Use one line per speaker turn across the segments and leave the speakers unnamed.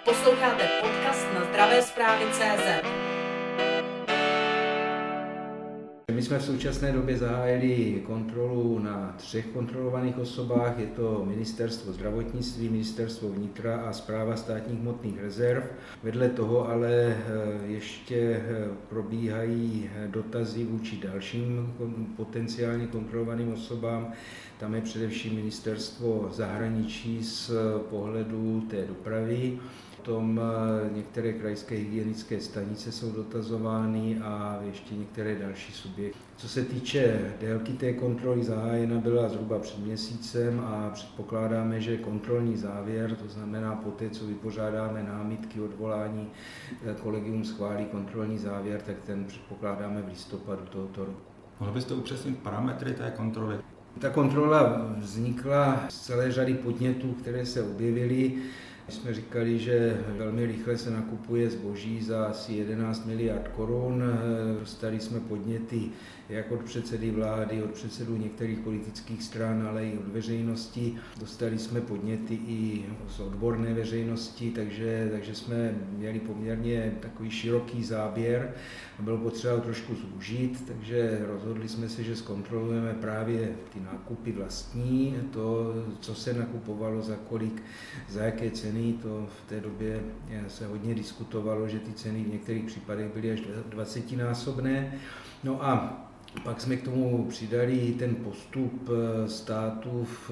Posloucháte podcast na zdravésprávy.cz.
My jsme v současné době zahájili kontrolu na 3 kontrolovaných osobách. Je to Ministerstvo zdravotnictví, Ministerstvo vnitra a Správa státních hmotných rezerv. Vedle toho ale ještě probíhají dotazy vůči dalším potenciálně kontrolovaným osobám. Tam je především Ministerstvo zahraničí z pohledu té dopravy. Potom některé krajské hygienické stanice jsou dotazovány a ještě některé další subjekty. Co se týče délky té kontroly, zahájena byla zhruba před měsícem a předpokládáme, že kontrolní závěr, to znamená poté, co vypořádáme námitky, odvolání, kolegium schválí kontrolní závěr, tak ten předpokládáme v listopadu tohoto roku.
Mohl byste upřesnit parametry té kontroly?
Ta kontrola vznikla z celé řady podnětů, které se objevily. My jsme říkali, že velmi rychle se nakupuje zboží za asi 11 miliard korun. Dostali jsme podněty jak od předsedy vlády, od předsedů některých politických stran, ale i od veřejnosti. Dostali jsme podněty i z odborné veřejnosti, takže jsme měli poměrně takový široký záběr. Bylo potřeba trošku zúžit, takže rozhodli jsme se, že zkontrolujeme právě ty nákupy vlastní, to, co se nakupovalo, za kolik, za jaké ceny. To v té době se hodně diskutovalo, že ty ceny v některých případech byly až 20násobné. No a pak jsme k tomu přidali ten postup státu v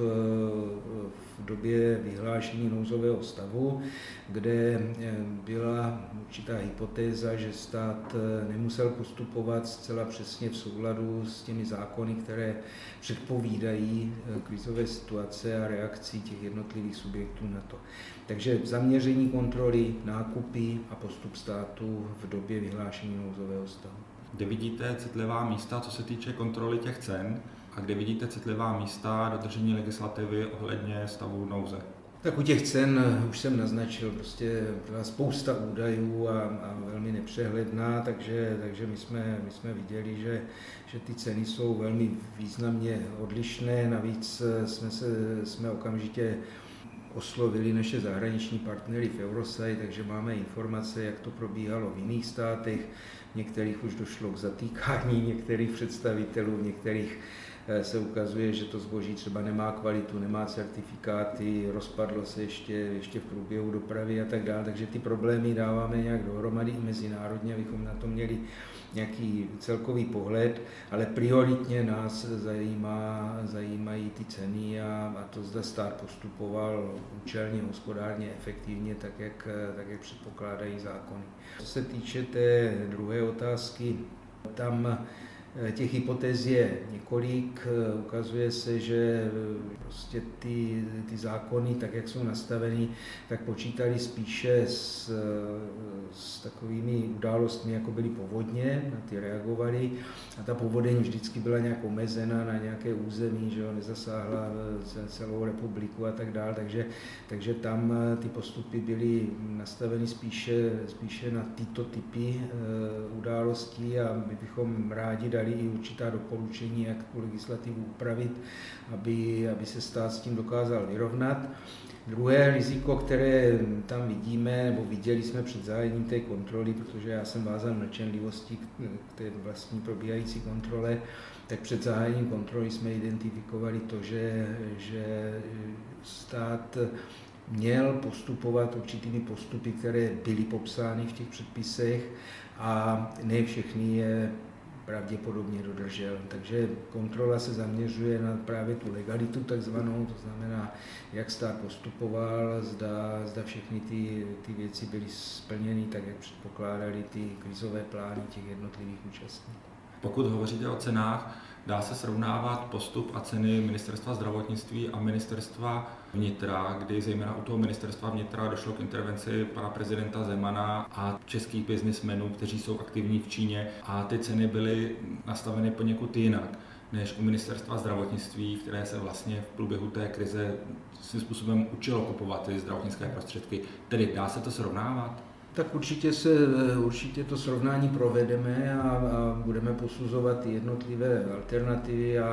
době vyhlášení nouzového stavu, kde byla určitá hypotéza, že stát nemusel postupovat zcela přesně v souladu s těmi zákony, které předpovídají krizové situace a reakcí těch jednotlivých subjektů na to. Takže zaměření kontroly, nákupy a postup státu v době vyhlášení nouzového stavu.
Kde vidíte citlivá místa, co se týče kontroly těch cen, a kde vidíte citlivá místa dodržení legislativy ohledně stavu nouze?
Tak u těch cen už jsem naznačil, prostě byla spousta údajů a velmi nepřehledná, takže my jsme viděli, že ty ceny jsou velmi významně odlišné, navíc jsme okamžitě oslovili naše zahraniční partnery v Eurosai, takže máme informace, jak to probíhalo v jiných státech. V některých už došlo k zatýkání některých představitelů, v některých se ukazuje, že to zboží třeba nemá kvalitu, nemá certifikáty, rozpadlo se ještě v průběhu dopravy a tak dále. Takže ty problémy dáváme nějak dohromady i mezinárodně, abychom na to měli nějaký celkový pohled, ale prioritně nás zajímají ty ceny a to, zda stát postupoval účelně, hospodárně, efektivně, tak jak předpokládají zákony. Co se týče té druhé otázky, tam těch hypotéz je několik. Ukazuje se, že prostě ty zákony, tak jak jsou nastaveny, tak počítali spíše s takovými událostmi, jako byly povodně, na ty reagovali. A ta povodeň vždycky byla nějak omezena na nějaké území, že jo, nezasáhla celou republiku a tak dále. Takže tam ty postupy byly nastaveny spíše na tyto typy událostí a my bychom rádi dali i určitá doporučení, jak tu legislativu upravit, aby se stát s tím dokázal vyrovnat. Druhé riziko, které tam vidíme, nebo viděli jsme před zahájením té kontroly, protože já jsem vázán mlčenlivostí k té vlastní probíhající kontrole, tak před zahájením kontroly jsme identifikovali to, že stát měl postupovat určitými postupy, které byly popsány v těch předpisech a ne všechny je pravděpodobně dodržel. Takže kontrola se zaměřuje na právě tu legalitu takzvanou, to znamená, jak stát postupoval, zda všechny ty věci byly splněny tak, jak předpokládali ty krizové plány těch jednotlivých účastníků.
Pokud hovoříte o cenách, dá se srovnávat postup a ceny Ministerstva zdravotnictví a Ministerstva vnitra, kdy zejména u toho Ministerstva vnitra došlo k intervenci pana prezidenta Zemana a českých biznismenů, kteří jsou aktivní v Číně, a ty ceny byly nastaveny poněkud jinak než u Ministerstva zdravotnictví, které se vlastně v průběhu té krize svým způsobem učilo kupovat ty zdravotnické prostředky. Tedy dá se to srovnávat?
Tak určitě to srovnání provedeme a budeme posuzovat ty jednotlivé alternativy a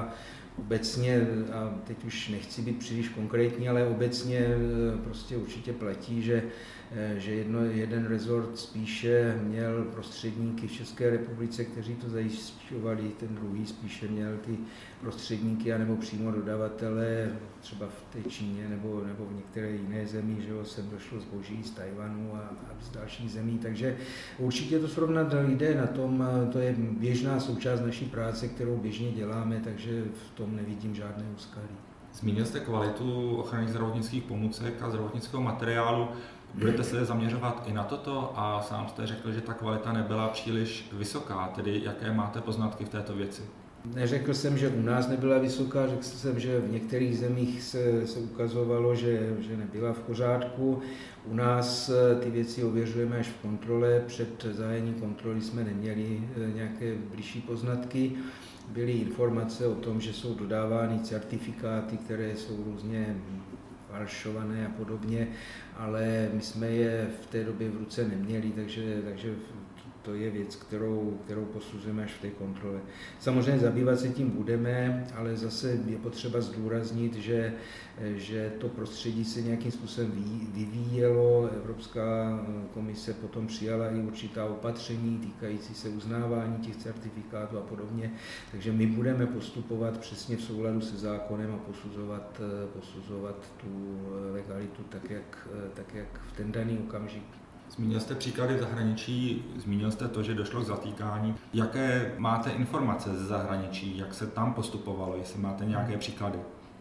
obecně, a teď už nechci být příliš konkrétní, ale obecně prostě určitě platí, že jeden rezort spíše měl prostředníky v České republice, kteří to zajišťovali, ten druhý spíše měl ty prostředníky anebo přímo dodavatele, třeba v té Číně nebo v některé jiné zemi, že jo, sem došlo zboží z Tajvanu a z dalších zemí, takže určitě to srovnat jde na tom, to je běžná součást naší práce, kterou běžně děláme, takže v tom nevidím žádné úskalí.
Zmínil jste kvalitu ochranných zdravotnických pomůcek a zdravotnického materiálu. Budete se zaměřovat i na toto a sám jste řekl, že ta kvalita nebyla příliš vysoká, tedy jaké máte poznatky v této věci?
Neřekl jsem, že u nás nebyla vysoká, řekl jsem, že v některých zemích se ukazovalo, že nebyla v pořádku. U nás ty věci ověřujeme až v kontrole, před zahájením kontroly jsme neměli nějaké bližší poznatky. Byly informace o tom, že jsou dodávány certifikáty, které jsou různě falšované a podobně, ale my jsme je v té době v ruce neměli, takže to je věc, kterou posuzujeme až v té kontrole. Samozřejmě zabývat se tím budeme, ale zase je potřeba zdůraznit, že to prostředí se nějakým způsobem vyvíjelo. Evropská komise potom přijala i určitá opatření týkající se uznávání těch certifikátů a podobně. Takže my budeme postupovat přesně v souladu se zákonem a posuzovat tu legalitu tak, jak v ten daný okamžik.
Zmínil jste příklady v zahraničí, zmínil jste to, že došlo k zatýkání. Jaké máte informace ze zahraničí, jak se tam postupovalo, jestli máte nějaké příklady?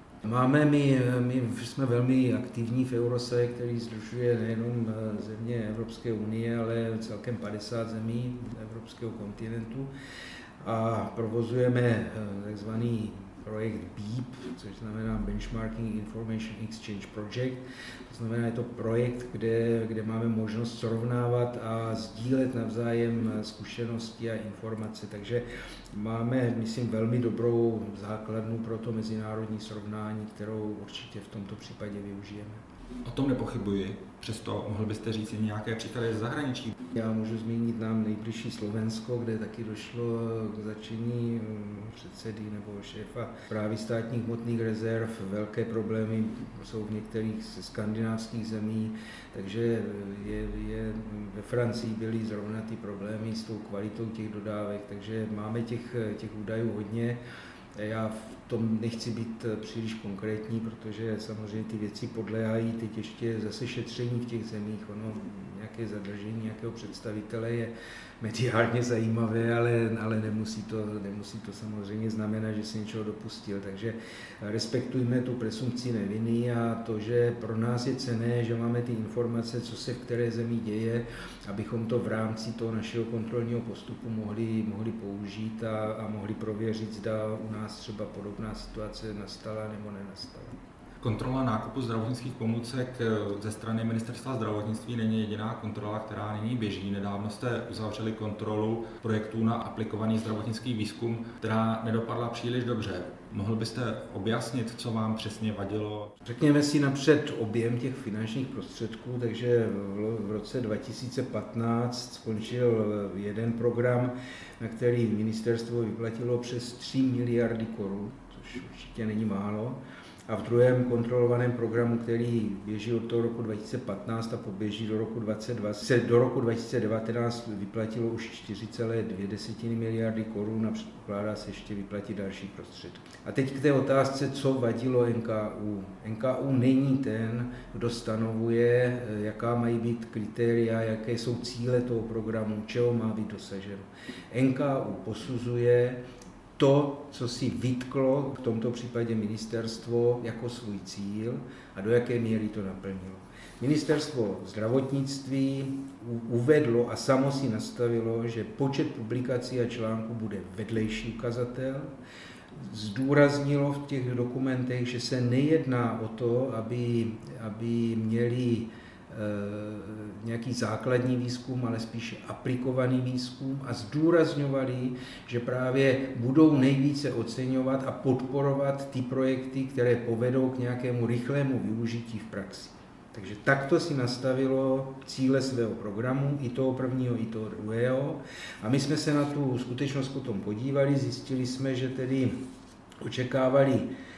My jsme velmi aktivní v Eurose, který sdružuje nejenom země Evropské unie, ale celkem 50 zemí evropského kontinentu a provozujeme takzvaný projekt BEEP, což znamená Benchmarking Information Exchange Project. To znamená, je to projekt, kde máme možnost srovnávat a sdílet navzájem zkušenosti a informace. Takže máme, myslím, velmi dobrou základnu pro to mezinárodní srovnání, kterou určitě v tomto případě využijeme.
O tom nepochybuji, přesto mohl byste říct i nějaké příklady z zahraničí?
Já můžu zmínit nám nejbližší Slovensko, kde taky došlo k zatčení předsedy nebo šéfa Správy státních hmotných rezerv. Velké problémy jsou v některých ze skandinávských zemí, takže ve Francii byly zrovna ty problémy s tou kvalitou těch dodávek, takže máme těch údajů hodně. Já v tom nechci být příliš konkrétní, protože samozřejmě ty věci podléhají teď ještě zase šetření v těch zemích. Ono nějaké zadržení nějakého představitele je mediálně zajímavé, ale nemusí to samozřejmě znamenat, že se něčeho dopustil. Takže respektujme tu presumpci neviny a to, že pro nás je cenné, že máme ty informace, co se v které zemi děje, abychom to v rámci toho našeho kontrolního postupu mohli použít a mohli prověřit, zda u nás třeba podobná situace nastala nebo nenastala.
Kontrola nákupu zdravotnických pomůcek ze strany Ministerstva zdravotnictví není jediná kontrola, která nyní běží. Nedávno jste uzavřeli kontrolu projektů na aplikovaný zdravotnický výzkum, která nedopadla příliš dobře. Mohl byste objasnit, co vám přesně vadilo?
Řekněme si napřed objem těch finančních prostředků, takže v roce 2015 skončil jeden program, na který ministerstvo vyplatilo přes 3 miliardy korun, což určitě není málo. A v druhém kontrolovaném programu, který běží od toho roku 2015 a poběží do roku 2020, se do roku 2019 vyplatilo už 4,2 miliardy korun a předpokládá se ještě vyplatit další prostředky. A teď k té otázce, co vadilo NKÚ. NKÚ není ten, kdo stanovuje, jaká mají být kritéria, jaké jsou cíle toho programu, čeho má být dosaženo. NKÚ posuzuje to, co si vytklo v tomto případě ministerstvo jako svůj cíl a do jaké míry to naplnilo. Ministerstvo zdravotnictví uvedlo a samo si nastavilo, že počet publikací a článků bude vedlejší ukazatel. Zdůraznilo v těch dokumentech, že se nejedná o to, aby měli nějaký základní výzkum, ale spíše aplikovaný výzkum a zdůrazňovali, že právě budou nejvíce oceňovat a podporovat ty projekty, které povedou k nějakému rychlému využití v praxi. Takže takto si nastavilo cíle svého programu, i toho prvního, i toho druhého. A my jsme se na tu skutečnost potom podívali, zjistili jsme, že tedy očekávali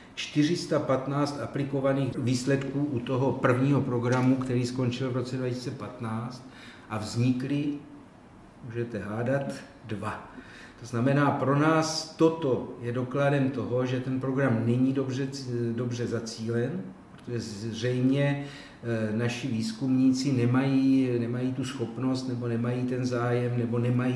415 aplikovaných výsledků u toho prvního programu, který skončil v roce 2015 a vznikly, můžete hádat, 2. To znamená, pro nás toto je dokladem toho, že ten program není dobře zacílen, protože zřejmě naši výzkumníci nemají tu schopnost, nebo nemají ten zájem, nebo nemají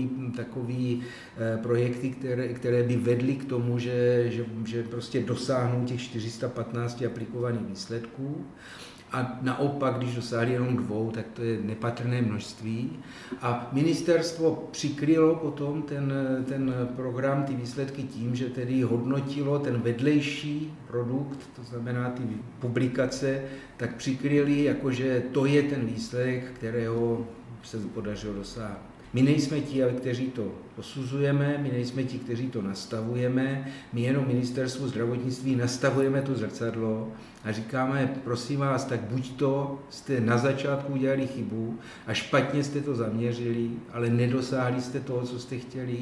takový projekty, které by vedly k tomu, že prostě dosáhnou těch 415 aplikovaných výsledků. A naopak, když dosáhli jenom 2, tak to je nepatrné množství. A ministerstvo přikrylo potom ten program, ty výsledky tím, že tedy hodnotilo ten vedlejší produkt, to znamená ty publikace, tak přikryli, jakože to je ten výsledek, kterého se podařilo dosáhnout. My nejsme ti, kteří to posuzujeme, my nejsme ti, kteří to nastavujeme, my jenom ministerstvu zdravotnictví nastavujeme to zrcadlo a říkáme, prosím vás, tak buď to jste na začátku udělali chybu a špatně jste to zaměřili, ale nedosáhli jste toho, co jste chtěli,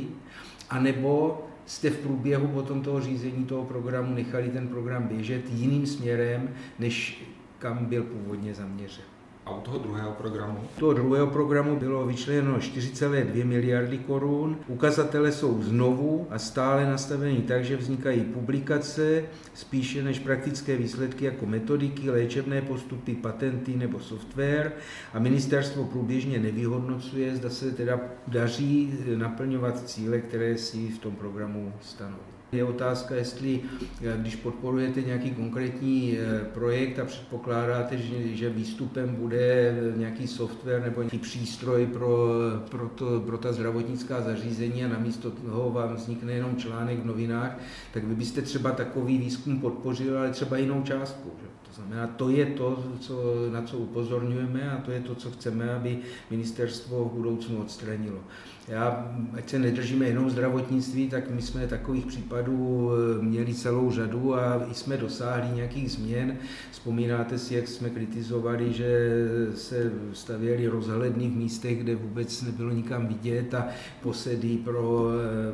anebo jste v průběhu potom toho řízení toho programu nechali ten program běžet jiným směrem, než kam byl původně zaměřen.
A u toho druhého programu?
U toho druhého programu bylo vyčleněno 4,2 miliardy korun. Ukazatele jsou znovu a stále nastavení tak, že vznikají publikace spíše než praktické výsledky jako metodiky, léčebné postupy, patenty nebo software a ministerstvo průběžně nevyhodnocuje, zda se teda daří naplňovat cíle, které si v tom programu stanoví. Je otázka, jestli když podporujete nějaký konkrétní projekt a předpokládáte, že výstupem bude nějaký software nebo nějaký přístroj pro ta zdravotnická zařízení a namísto toho vám vznikne jenom článek v novinách, tak vy byste třeba takový výzkum podpořili, ale třeba jinou částku. Že? To znamená, to je to, na co upozorňujeme a to je to, co chceme, aby ministerstvo v budoucnu odstranilo. Ať se nedržíme jenom zdravotnictví, tak my jsme takových případů měli celou řadu a i jsme dosáhli nějakých změn. Vzpomínáte si, jak jsme kritizovali, že se stavěly rozhledny v místech, kde vůbec nebylo nikam vidět a posedy pro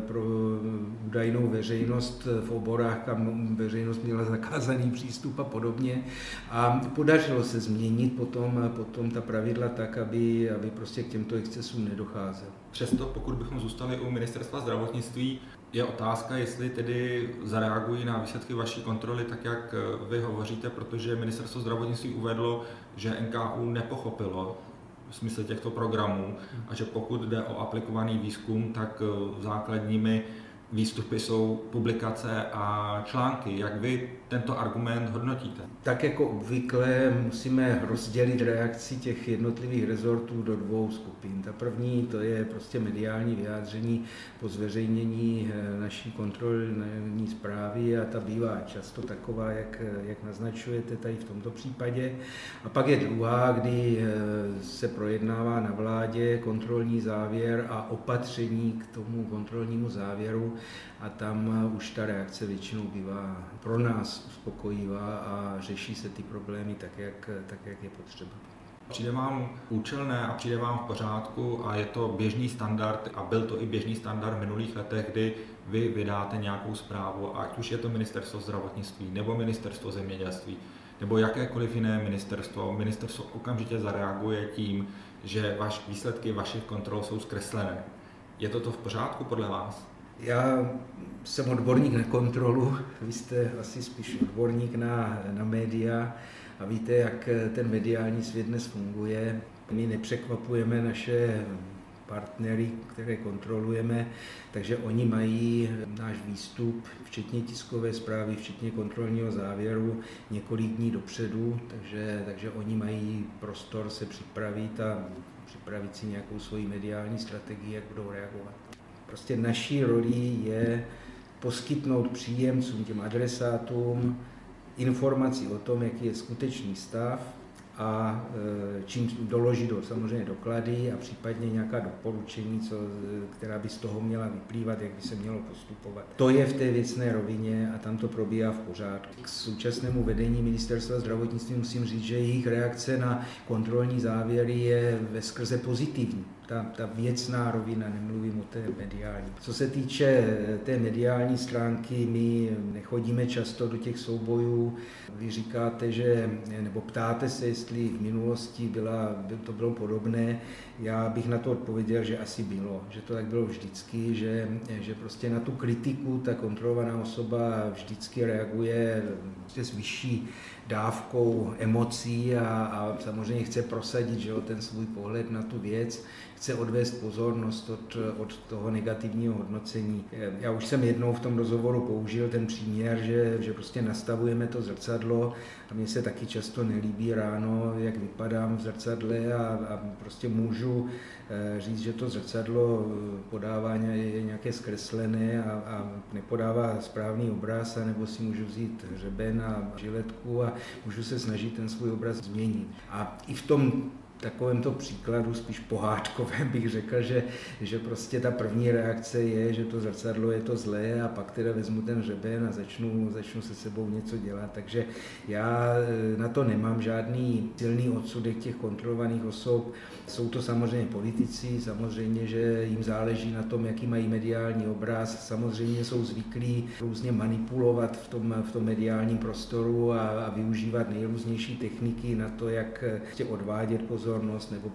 údajnou veřejnost v oborách, kam veřejnost měla zakázaný přístup a podobně. A podařilo se změnit potom ta pravidla tak, aby prostě k těmto excesům nedocházelo.
Přesto, pokud bychom zůstali u ministerstva zdravotnictví, je otázka, jestli tedy zareagují na výsledky vaší kontroly tak, jak vy hovoříte, protože ministerstvo zdravotnictví uvedlo, že NKÚ nepochopilo smysl těchto programů a že pokud jde o aplikovaný výzkum, tak základními výstupy jsou publikace a články. Jak vy tento argument hodnotíte?
Tak jako obvykle musíme rozdělit reakci těch jednotlivých rezortů do 2 skupin. Ta první, to je prostě mediální vyjádření po zveřejnění naší kontrolní zprávy a ta bývá často taková, jak naznačujete tady v tomto případě. A pak je druhá, kdy se projednává na vládě kontrolní závěr a opatření k tomu kontrolnímu závěru a tam už ta reakce většinou bývá pro nás uspokojivá a řeší se ty problémy tak, jak je potřeba.
Přijde vám účelné a přijde vám v pořádku a je to běžný standard a byl to i běžný standard v minulých letech, kdy vy vydáte nějakou zprávu, ať už je to ministerstvo zdravotnictví nebo ministerstvo zemědělství nebo jakékoliv jiné ministerstvo okamžitě zareaguje tím, že výsledky vašich kontrol jsou zkreslené. Je to v pořádku podle vás?
Já jsem odborník na kontrolu, vy jste asi spíš odborník na média a víte, jak ten mediální svět dnes funguje. My nepřekvapujeme naše partnery, které kontrolujeme, takže oni mají náš výstup, včetně tiskové zprávy, včetně kontrolního závěru, několik dní dopředu, takže oni mají prostor se připravit a připravit si nějakou svoji mediální strategii, jak budou reagovat. Prostě naší roli je poskytnout příjemcům, těm adresátům, informaci o tom, jaký je skutečný stav a čím doložit samozřejmě doklady a případně nějaká doporučení, která by z toho měla vyplývat, jak by se mělo postupovat. To je v té věcné rovině a tam to probíhá v pořádku. K současnému vedení ministerstva zdravotnictví musím říct, že jejich reakce na kontrolní závěry je veskrze pozitivní. ta věcná rovina, nemluvím o té mediální. Co se týče té mediální stránky, my nechodíme často do těch soubojů. Vy říkáte, nebo ptáte se, jestli v minulosti to bylo podobné. Já bych na to odpověděl, že asi bylo, že to tak bylo vždycky, že prostě na tu kritiku ta kontrolovaná osoba vždycky reaguje s vyšší dávkou emocí a samozřejmě chce prosadit, že ten svůj pohled na tu věc, chce odvést pozornost od toho negativního hodnocení. Já už jsem jednou v tom rozhovoru použil ten příměr, že prostě nastavujeme to zrcadlo a mně se taky často nelíbí ráno, jak vypadám v zrcadle a prostě můžu říct, že to zrcadlo podává je nějaké zkreslené a nepodává správný obraz, nebo si můžu vzít hřeben a žiletku a můžu se snažit ten svůj obraz změnit. A i v tom takovémto příkladu, spíš pohádkovém, bych řekl, že prostě ta první reakce je, že to zrcadlo je to zlé a pak teda vezmu ten hřeben a začnu se sebou něco dělat. Takže já na to nemám žádný silný odsudek těch kontrolovaných osob. Jsou to samozřejmě politici, samozřejmě, že jim záleží na tom, jaký mají mediální obraz. Samozřejmě jsou zvyklí různě manipulovat v tom mediálním prostoru a využívat nejrůznější techniky na to, jak odvádět pozornost nebo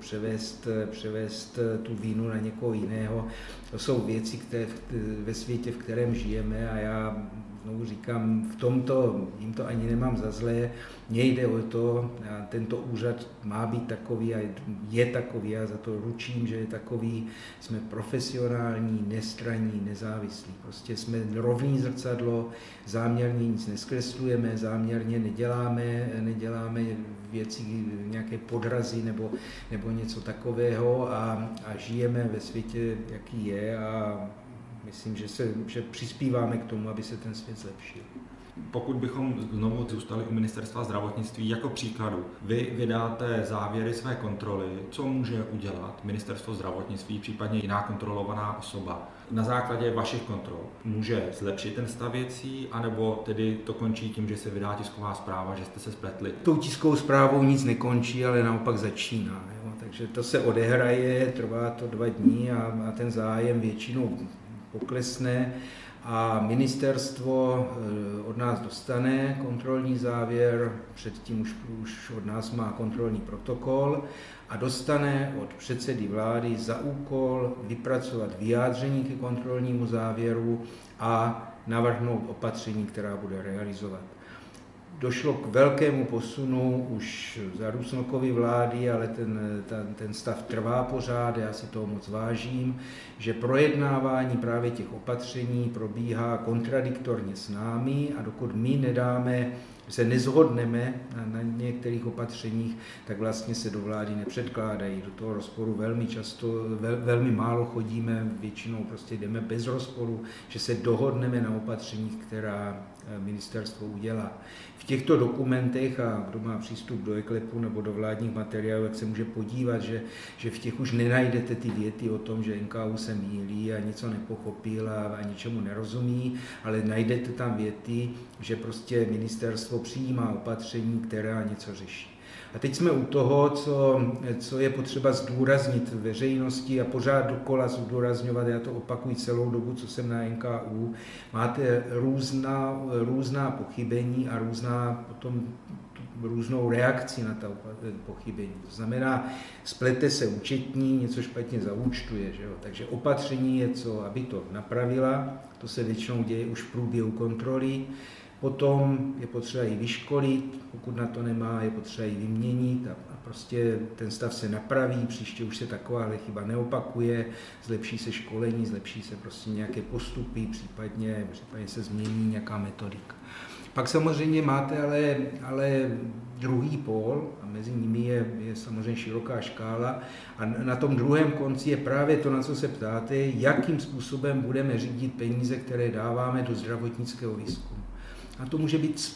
převést tu vínu na někoho jiného. To jsou věci, které ve světě, v kterém žijeme a já znovu říkám, v tomto jim to ani nemám za zlé. Mně jde o to, a tento úřad má být takový a je takový, já za to ručím, že je takový, jsme profesionální, nestranní, nezávislí. Prostě jsme rovný zrcadlo, záměrně nic neskreslujeme, záměrně neděláme věci, nějaké podrazy nebo něco takového a žijeme ve světě, jaký je a myslím, že přispíváme k tomu, aby se ten svět zlepšil.
Pokud bychom znovu zůstali u Ministerstva zdravotnictví, jako příkladu, vy vydáte závěry své kontroly, co může udělat Ministerstvo zdravotnictví, případně jiná kontrolovaná osoba na základě vašich kontrol? Může zlepšit ten stav věcí, anebo tedy to končí tím, že se vydá tisková zpráva, že jste se spletli?
Tou tiskovou zprávou nic nekončí, ale naopak začíná. Jo? Takže to se odehraje, trvá to 2 dní a ten zájem většinou poklesne a ministerstvo od nás dostane kontrolní závěr, předtím už od nás má kontrolní protokol a dostane od předsedy vlády za úkol vypracovat vyjádření ke kontrolnímu závěru a navrhnout opatření, která bude realizovat. Došlo k velkému posunu už za Rusnokovy vlády, ale ten stav trvá pořád, já si toho moc vážím, že projednávání právě těch opatření probíhá kontradiktorně s námi a dokud my se nezhodneme na některých opatřeních, tak vlastně se do vlády nepředkládají. Do toho rozporu velmi málo chodíme, většinou prostě jdeme bez rozporu, že se dohodneme na opatřeních, která ministerstvo udělá. V těchto dokumentech, a kdo má přístup do eKLEPu nebo do vládních materiálů, jak se může podívat, že v těch už nenajdete ty věty o tom, že NKÚ se mýlí a něco nepochopil a ničemu nerozumí, ale najdete tam věty, že prostě ministerstvo přijímá opatření, která něco řeší. A teď jsme u toho, co je potřeba zdůraznit veřejnosti a pořád dokola zdůrazňovat, já to opakuji celou dobu, co jsem na NKÚ, máte různá pochybení a různou reakci na ta pochybení. To znamená, splete se účetní, něco špatně zaúčtuje, že jo? Takže opatření je aby to napravila, to se většinou děje už v průběhu kontroly. Potom je potřeba ji vyškolit, pokud na to nemá, je potřeba ji vyměnit a prostě ten stav se napraví, příště už se takováhle chyba neopakuje, zlepší se školení, zlepší se prostě nějaké postupy, případně se změní nějaká metodika. Pak samozřejmě máte ale druhý pól a mezi nimi je samozřejmě široká škála a na tom druhém konci je právě to, na co se ptáte, jakým způsobem budeme řídit peníze, které dáváme do zdravotnického výzkumu. A to může být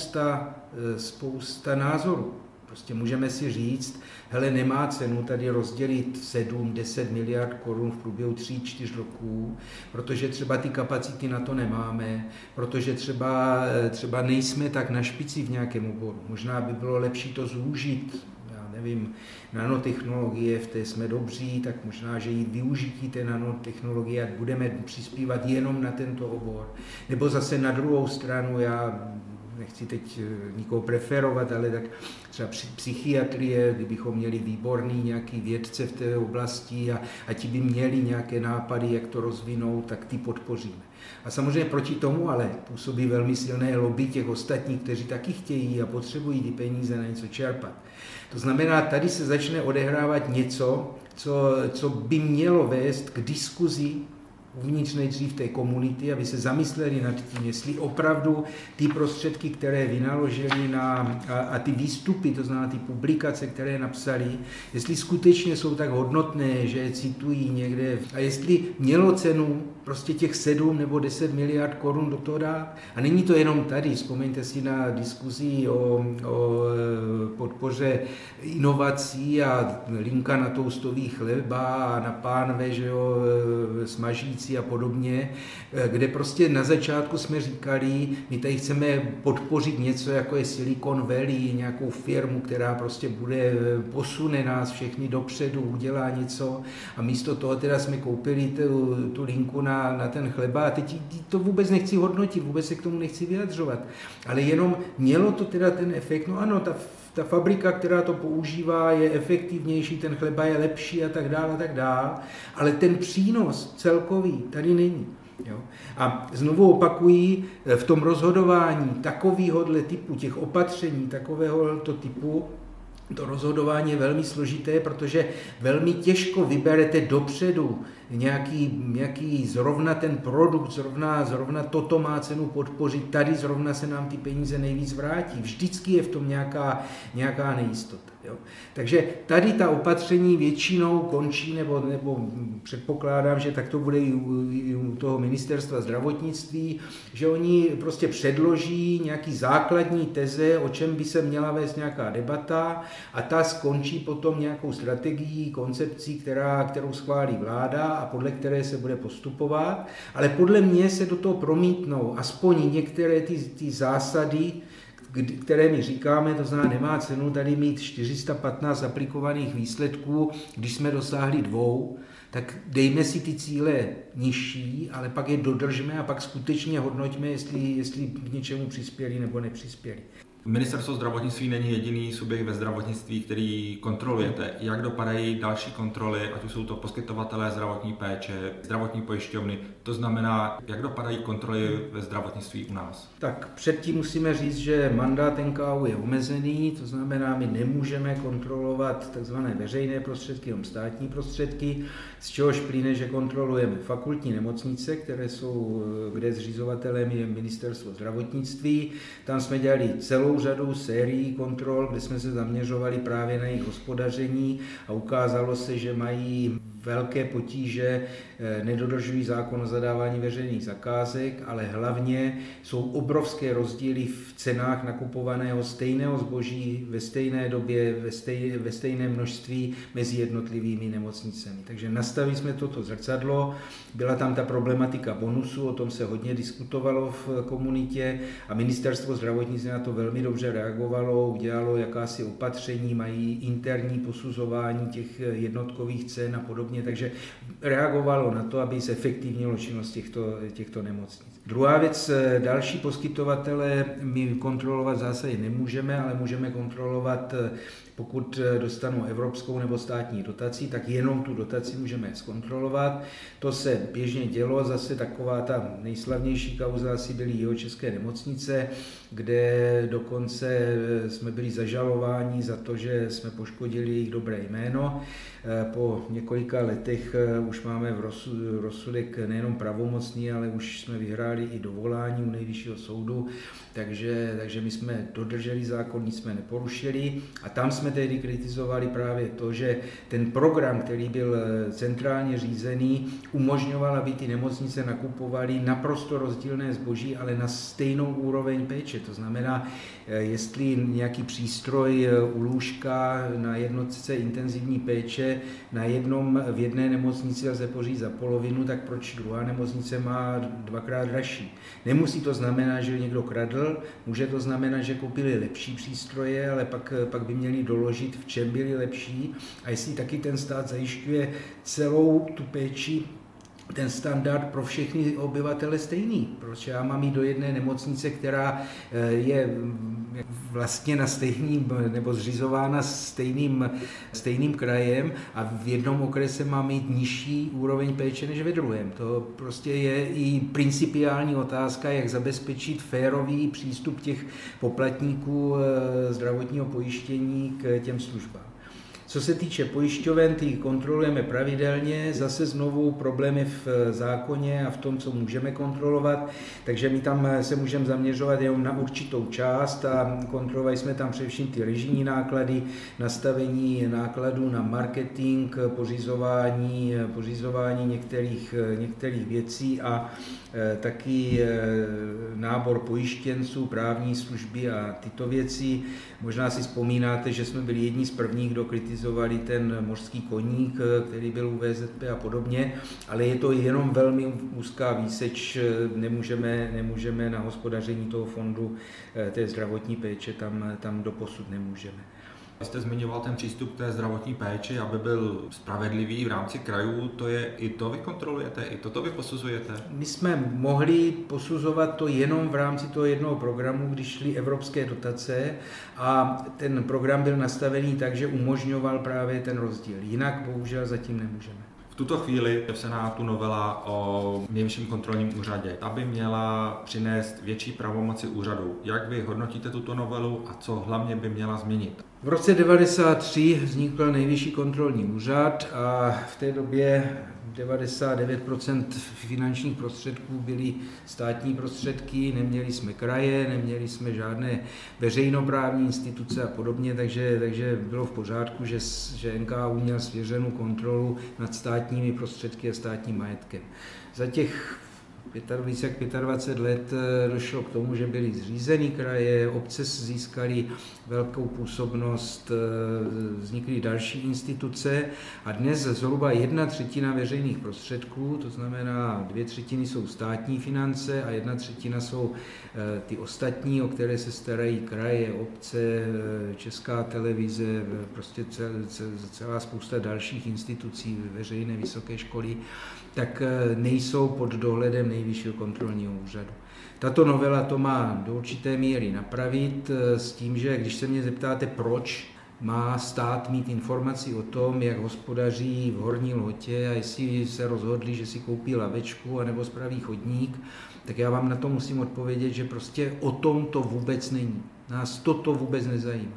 spousta názorů. Prostě můžeme si říct, hele, nemá cenu tady rozdělit 7-10 miliard korun v průběhu 3-4 roků, protože třeba ty kapacity na to nemáme, protože třeba nejsme tak na špici v nějakém oboru. Možná by bylo lepší to zúžit, já nevím, nanotechnologie, v té jsme dobří, tak možná, že i využití té nanotechnologie, ať budeme přispívat jenom na tento obor. Nebo zase na druhou stranu, já nechci teď nikoho preferovat, ale tak třeba psychiatrie, kdybychom měli výborný nějaký vědce v té oblasti a ti by měli nějaké nápady, jak to rozvinout, tak ty podpoříme. A samozřejmě proti tomu ale působí velmi silné lobby těch ostatních, kteří taky chtějí a potřebují ty peníze na něco čerpat. To znamená, tady se začne odehrávat něco, co by mělo vést k diskuzi uvnitř nejdřív té komunity, aby se zamysleli nad tím, jestli opravdu ty prostředky, které vynaložili a ty výstupy, to znamená ty publikace, které napsali, jestli skutečně jsou tak hodnotné, že je citují někde a jestli mělo cenu prostě těch 7 nebo 10 miliard korun do toho dát. A není to jenom tady, vzpomeňte si na diskuzi o podpoře inovací a linka na toustový chleba a na pánve, že jo, smažící a podobně, kde prostě na začátku jsme říkali, my tady chceme podpořit něco, jako je Silicon Valley, nějakou firmu, která prostě posune nás všechny dopředu, udělá něco a místo toho teda jsme koupili tu linku na ten chleba a teď to vůbec nechci hodnotit, vůbec se k tomu nechci vyjadřovat, ale jenom mělo to teda ten efekt, no ano, ta fabrika, která to používá, je efektivnější, ten chleba je lepší a tak dále, ale ten přínos celkový tady není. Jo? A znovu opakuji, v tom rozhodování takovéhohle typu, těch opatření takovéhoto typu, to rozhodování je velmi složité, protože velmi těžko vyberete dopředu nějaký zrovna ten produkt, zrovna toto má cenu podpořit, tady zrovna se nám ty peníze nejvíc vrátí. Vždycky je v tom nějaká nejistota. Jo? Takže tady ta opatření většinou končí, nebo předpokládám, že tak to bude i u toho ministerstva zdravotnictví, že oni prostě předloží nějaký základní teze, o čem by se měla vést nějaká debata a ta skončí potom nějakou strategií, koncepcí, kterou schválí vláda a podle které se bude postupovat, ale podle mě se do toho promítnou aspoň některé ty zásady, které my říkáme, to znamená, nemá cenu tady mít 415 aplikovaných výsledků, když jsme dosáhli 2, tak dejme si ty cíle nižší, ale pak je dodržme a pak skutečně hodnoťme, jestli k něčemu přispěli nebo nepřispěli.
Ministerstvo zdravotnictví není jediný subjekt ve zdravotnictví, který kontrolujete. Jak dopadají další kontroly, ať už jsou to poskytovatelé zdravotní péče, zdravotní pojišťovny, to znamená, jak dopadají kontroly ve zdravotnictví u nás?
Tak předtím musíme říct, že mandát NKÚ je omezený, to znamená, my nemůžeme kontrolovat tzv. Veřejné prostředky, jenom státní prostředky, z čehož plyne, že kontrolujeme fakultní nemocnice, kde zřizovatelem je Ministerstvo zdravotnictví. Tam jsme dělali celou řadu sérií kontrol, kde jsme se zaměřovali právě na jejich hospodaření a ukázalo se, že mají velké potíže, nedodržují zákon o zadávání veřejných zakázek, ale hlavně jsou obrovské rozdíly v cenách nakupovaného stejného zboží ve stejné době, ve stejné množství mezi jednotlivými nemocnicemi. Takže nastavili jsme toto zrcadlo, byla tam ta problematika bonusu, o tom se hodně diskutovalo v komunitě a Ministerstvo zdravotnictví na to velmi dobře reagovalo, udělalo jakási opatření, mají interní posuzování těch jednotkových cen a podobně, takže reagovalo na to, aby zefektivnilo činnost těchto nemocnic. Druhá věc, další poskytovatele my kontrolovat v zásadě nemůžeme, ale můžeme kontrolovat, pokud dostanou evropskou nebo státní dotaci, tak jenom tu dotaci můžeme zkontrolovat. To se běžně dělo, zase taková ta nejslavnější kauza asi byly jihočeské nemocnice, kde dokonce jsme byli zažalováni za to, že jsme poškodili jejich dobré jméno. Po několika letech už máme v rozsudek nejenom pravomocný, ale už jsme vyhráli i dovolání u Nejvyššího soudu, takže my jsme dodrželi zákon, nic jsme neporušili a tam jsme tedy kritizovali právě to, že ten program, který byl centrálně řízený, umožňoval, aby ty nemocnice nakupovaly naprosto rozdílné zboží, ale na stejnou úroveň péče. To znamená, jestli nějaký přístroj u lůžka na jednotce intenzivní péče v jedné nemocnici lze pořídit za polovinu, tak proč druhá nemocnice má 2x dražší? Nemusí to znamenat, že někdo kradl, může to znamenat, že koupili lepší přístroje, ale pak by měli doložit doložit, v čem byli lepší a jestli taky ten stát zajišťuje celou tu péči, ten standard pro všechny obyvatele stejný. Protože já mám jít do jedné nemocnice, která je vlastně na stejným, nebo zřizována stejným krajem a v jednom okrese má mít nižší úroveň péče než ve druhém. To prostě je i principiální otázka, jak zabezpečit férový přístup těch poplatníků zdravotního pojištění k těm službám. Co se týče pojišťoven, ty kontrolujeme pravidelně, zase znovu problémy v zákoně a v tom, co můžeme kontrolovat, takže my tam se můžeme zaměřovat jenom na určitou část a kontrolovali jsme tam především ty režijní náklady, nastavení nákladů na marketing, pořizování některých věcí a taky nábor pojištěnců, právní služby a tyto věci. Možná si vzpomínáte, že jsme byli jedni z prvních, kdo kritizovali ten mořský koník, který byl u VZP a podobně, ale je to jenom velmi úzká výseč, nemůžeme na hospodaření toho fondu té zdravotní péče, tam doposud nemůžeme.
Vy jste zmiňoval ten přístup k té zdravotní péči, aby byl spravedlivý v rámci krajů, i to vy kontrolujete, i toto vy posuzujete?
My jsme mohli posuzovat to jenom v rámci toho jednoho programu, když šly evropské dotace a ten program byl nastavený tak, že umožňoval právě ten rozdíl. Jinak bohužel zatím nemůžeme.
V tuto chvíli je v Senátu novela o Nejvyšším kontrolním úřadě, aby měla přinést větší pravomoci úřadu. Jak vy hodnotíte tuto novelu a co hlavně by měla změnit?
V roce 1993 vznikl Nejvyšší kontrolní úřad a v té době 99% finančních prostředků byly státní prostředky, neměli jsme kraje, neměli jsme žádné veřejnoprávní instituce a podobně, takže bylo v pořádku, že NKÚ měl svěřenou kontrolu nad státními prostředky a státním majetkem. Za těch více jak 25 let došlo k tomu, že byly zřízeny kraje, obce získaly velkou působnost, vznikly další instituce a dnes zhruba 1/3 veřejných prostředků, to znamená 2/3 jsou státní finance a 1/3 jsou ty ostatní, o které se starají kraje, obce, Česká televize, prostě celá spousta dalších institucí, veřejné vysoké školy, tak nejsou pod dohledem Nejvyššího kontrolního úřadu. Tato novela to má do určité míry napravit s tím, že když se mě zeptáte, proč má stát mít informaci o tom, jak hospodaří v Horní Lhotě a jestli se rozhodli, že si koupí lavečku anebo spraví chodník, tak já vám na to musím odpovědět, že prostě o tom to vůbec není. Nás toto vůbec nezajímá.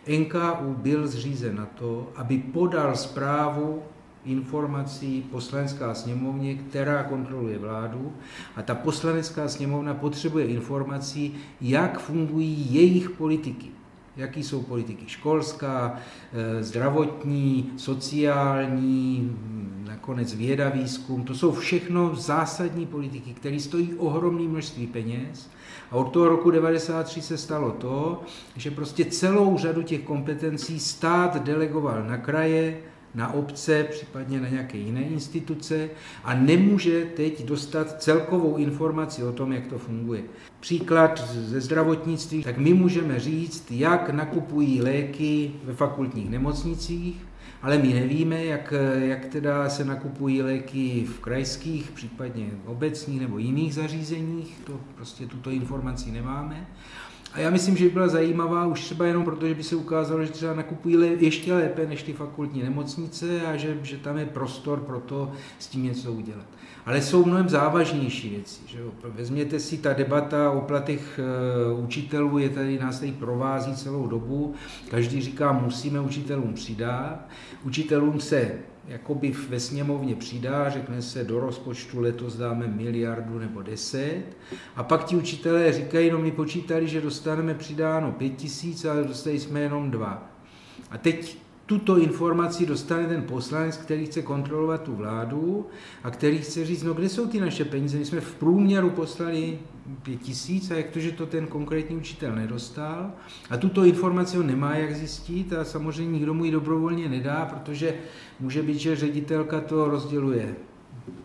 NKÚ byl zřízen na to, aby podal zprávu informací Poslanecká sněmovně, která kontroluje vládu a ta Poslanecká sněmovna potřebuje informací, jak fungují jejich politiky. Jaký jsou politiky školská, zdravotní, sociální, nakonec věda, výzkum. To jsou všechno zásadní politiky, které stojí ohromné množství peněz. A od toho roku 1993 se stalo to, že prostě celou řadu těch kompetencí stát delegoval na kraje, na obce, případně na nějaké jiné instituce a nemůže teď dostat celkovou informaci o tom, jak to funguje. Příklad ze zdravotnictví, tak my můžeme říct, jak nakupují léky ve fakultních nemocnicích, ale my nevíme, jak teda se nakupují léky v krajských, případně obecních nebo jiných zařízeních, to prostě tuto informaci nemáme. A já myslím, že by byla zajímavá už třeba jenom proto, že by se ukázalo, že třeba nakupují ještě lépe než ty fakultní nemocnice a že tam je prostor pro to s tím něco udělat. Ale jsou mnohem závažnější věci. Že jo? Vezměte si, ta debata o platech učitelů nás tady provází celou dobu. Každý říká, musíme učitelům přidat. Učitelům se jakoby ve sněmovně přidá, řekne se, do rozpočtu letos dáme 1 miliardu nebo 10. A pak ti učitelé říkají, no my počítali, že dostaneme přidáno 5 000, ale dostali jsme jenom 2. A teď tuto informaci dostane ten poslanec, který chce kontrolovat tu vládu a který chce říct, no kde jsou ty naše peníze, my jsme v průměru poslali 5 000 a jak to, že to ten konkrétní učitel nedostal. A tuto informaci on nemá jak zjistit a samozřejmě nikdo mu ji dobrovolně nedá, protože může být, že ředitelka to rozděluje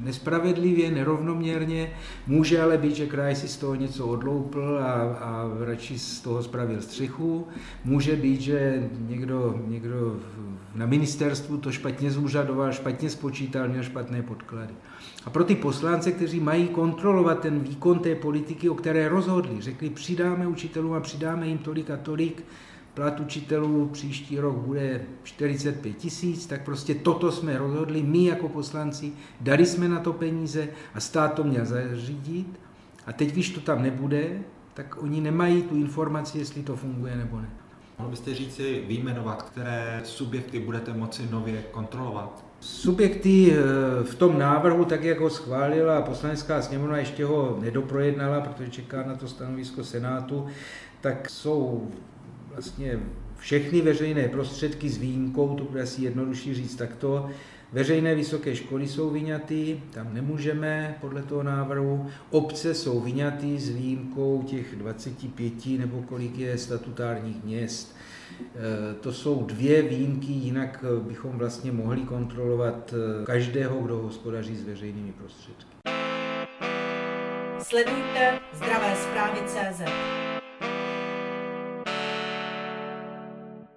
nespravedlivě, nerovnoměrně. Může ale být, že kraj si z toho něco odloupl a radši z toho spravil střechu. Může být, že někdo na ministerstvu to špatně zúřadoval, špatně spočítal, měl špatné podklady. A pro ty poslance, kteří mají kontrolovat ten výkon té politiky, o které rozhodli, řekli, přidáme učitelům a přidáme jim tolik a tolik, plat učitelů příští rok bude 45 000, tak prostě toto jsme rozhodli my jako poslanci, dali jsme na to peníze a stát to měl zařídit. A teď, když to tam nebude, tak oni nemají tu informaci, jestli to funguje nebo ne.
Mohl byste říci, vyjmenovat, které subjekty budete moci nově kontrolovat?
Subjekty v tom návrhu, tak jak ho schválila Poslanecká sněmovna, ještě ho nedoprojednala, protože čeká na to stanovisko Senátu, tak jsou vlastně všechny veřejné prostředky s výjimkou, to bude asi jednodušší říct takto. Veřejné vysoké školy jsou vyňaty, tam nemůžeme podle toho návrhu. Obce jsou vyňaty s výjimkou těch 25 nebo kolik je statutárních měst. To jsou dvě výjimky, jinak bychom vlastně mohli kontrolovat každého, kdo hospodaří s veřejnými prostředky.
Sledujte Zdravé zprávy.cz.